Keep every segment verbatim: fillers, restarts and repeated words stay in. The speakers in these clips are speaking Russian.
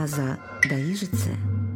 аза да Ижице.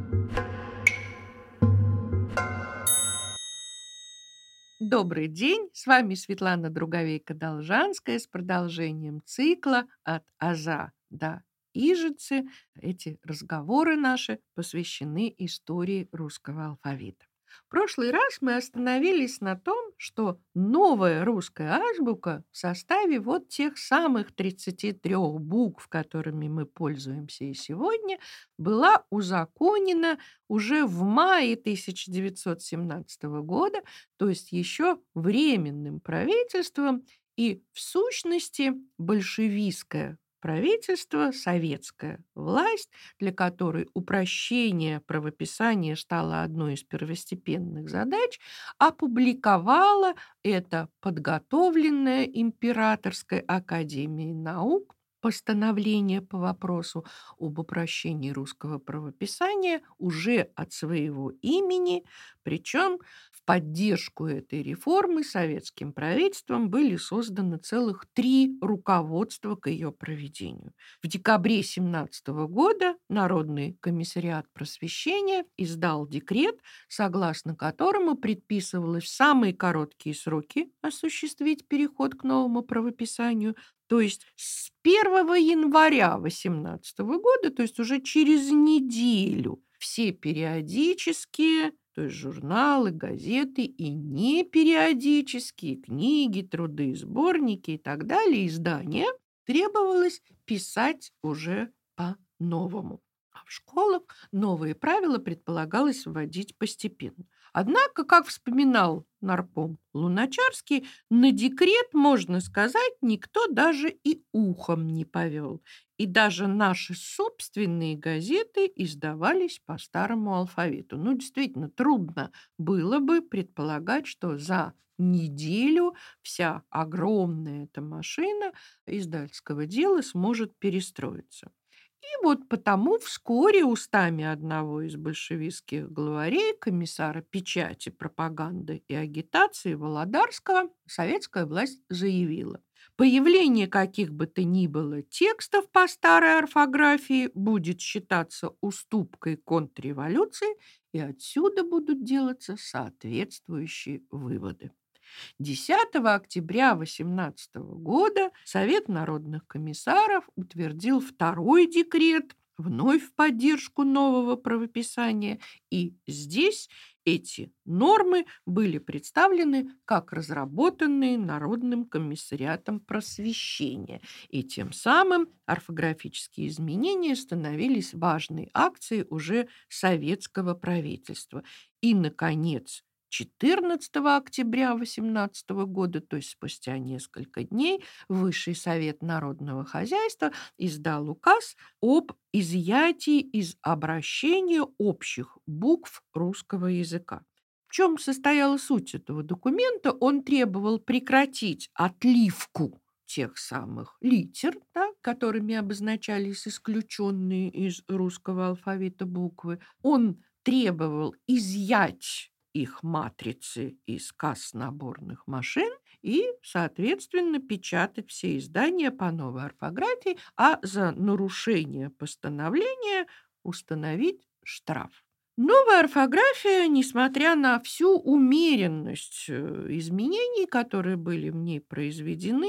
Добрый день! С вами Светлана Друговейка-Должанская с продолжением цикла «От аза до Ижицы». Эти разговоры наши посвящены истории русского алфавита. В прошлый раз мы остановились на том, что новая русская азбука в составе вот тех самых тридцати трёх букв, которыми мы пользуемся и сегодня, была узаконена уже в мае тысяча девятьсот семнадцатого года, то есть еще временным правительством, и в сущности большевистское правительство, советская власть, для которой упрощение правописания стало одной из первостепенных задач, опубликовала это подготовленное Императорской академией наук постановление по вопросу об упрощении русского правописания уже от своего имени, причем в поддержку этой реформы советским правительством были созданы целых три руководства к ее проведению. В декабре семнадцатого года Народный комиссариат просвещения издал декрет, согласно которому предписывалось в самые короткие сроки осуществить переход к новому правописанию, то есть с первого января восемнадцатого года, то есть уже через неделю, все периодические, то есть журналы, газеты и непериодические книги, труды, сборники и так далее, издания требовалось писать уже по-новому. А в школах новые правила предполагалось вводить постепенно. Однако, как вспоминал нарком Луначарский, на декрет, можно сказать, никто даже и ухом не повел. И даже наши собственные газеты издавались по старому алфавиту. Ну, действительно, трудно было бы предполагать, что за неделю вся огромная эта машина издательского дела сможет перестроиться. И вот потому вскоре устами одного из большевистских главарей, комиссара печати, пропаганды и агитации Володарского, советская власть заявила: появление каких бы то ни было текстов по старой орфографии будет считаться уступкой контрреволюции, и отсюда будут делаться соответствующие выводы. десятого октября восемнадцатого года Совет народных комиссаров утвердил второй декрет, вновь в поддержку нового правописания, и здесь эти нормы были представлены как разработанные Народным комиссариатом просвещения, и тем самым орфографические изменения становились важной акцией уже советского правительства. И, наконец, четырнадцатого октября восемнадцатого года, то есть спустя несколько дней, Высший совет народного хозяйства издал указ об изъятии из обращения общих букв русского языка. В чем состояла суть этого документа? Он требовал прекратить отливку тех самых литер, да, которыми обозначались исключенные из русского алфавита буквы. Он требовал изъять их матрицы из касс наборных машин и, соответственно, печатать все издания по новой орфографии, а за нарушение постановления установить штраф. Новая орфография, несмотря на всю умеренность э, изменений, которые были в ней произведены,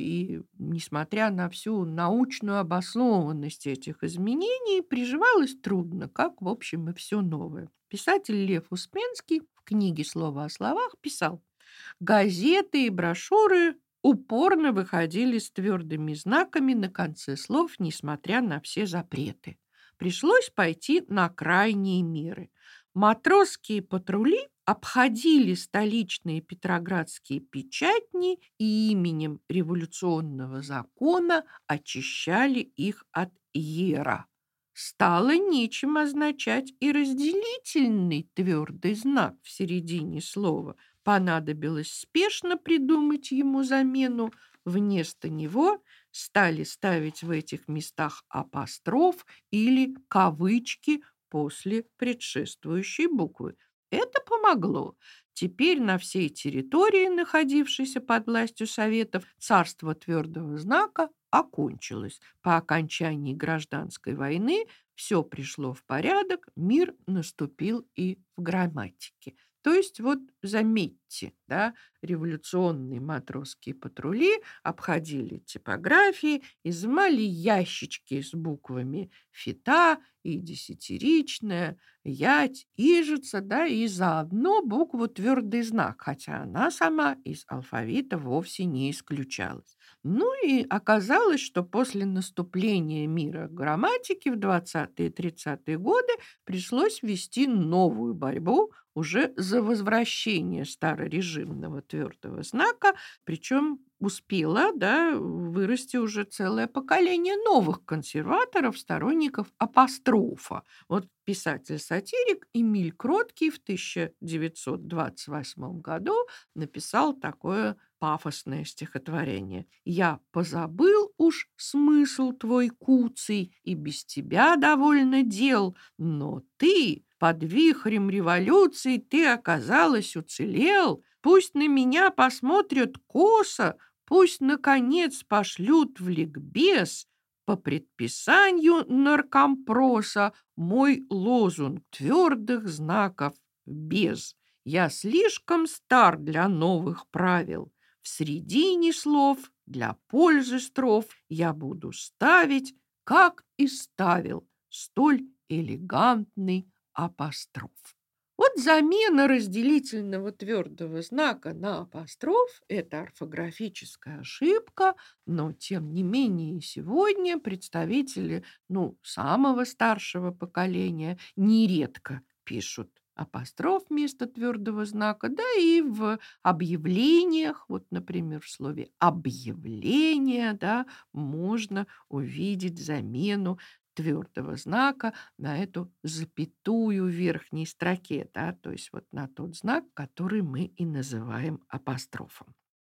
и несмотря на всю научную обоснованность этих изменений, приживалась трудно, как, в общем, и все новое. Писатель Лев Успенский в книге «Слово о словах» писал: газеты и брошюры упорно выходили с твердыми знаками на конце слов, несмотря на все запреты. Пришлось пойти на крайние меры. Матросские патрули обходили столичные петроградские печатни и именем революционного закона очищали их от иера. Стало нечем означать и разделительный твердый знак в середине слова. Понадобилось спешно придумать ему замену. Вместо него стали ставить в этих местах апостроф или кавычки после предшествующей буквы. Это помогло. Теперь на всей территории, находившейся под властью Советов, царство твердого знака окончилась. По окончании гражданской войны все пришло в порядок, мир наступил и в грамматике. То есть вот заметьте, да, революционные матросские патрули обходили типографии, изымали ящички с буквами фита и десятиричная, ять, ижица, да, и заодно букву твердый знак, хотя она сама из алфавита вовсе не исключалась. Ну и оказалось, что после наступления мира грамматики в двадцатые и тридцатые годы пришлось вести новую борьбу уже за возвращение старорежимного твердого знака, причем успело, да, вырасти уже целое поколение новых консерваторов, сторонников апострофа. Вот писатель-сатирик Эмиль Кроткий в тысяча девятьсот двадцать восьмом году написал такое пафосное стихотворение. «Я позабыл уж смысл твой куцый, и без тебя довольно дел, но ты, под вихрем революции, ты, оказалось, уцелел. Пусть на меня посмотрят косо, пусть, наконец, пошлют в ликбез по предписанию наркомпроса мой лозунг твердых знаков без. Я слишком стар для новых правил. В середине слов для пользы строф я буду ставить, как и ставил, столь элегантный апостроф». Вот замена разделительного твердого знака на апостроф – это орфографическая ошибка, но тем не менее сегодня представители, ну, самого старшего поколения нередко пишут апостроф вместо твердого знака, да и в объявлениях, вот, например, в слове «объявление», да, можно увидеть замену твердого знака на эту запятую в верхней строке, да, то есть вот на тот знак, который мы и называем апострофом.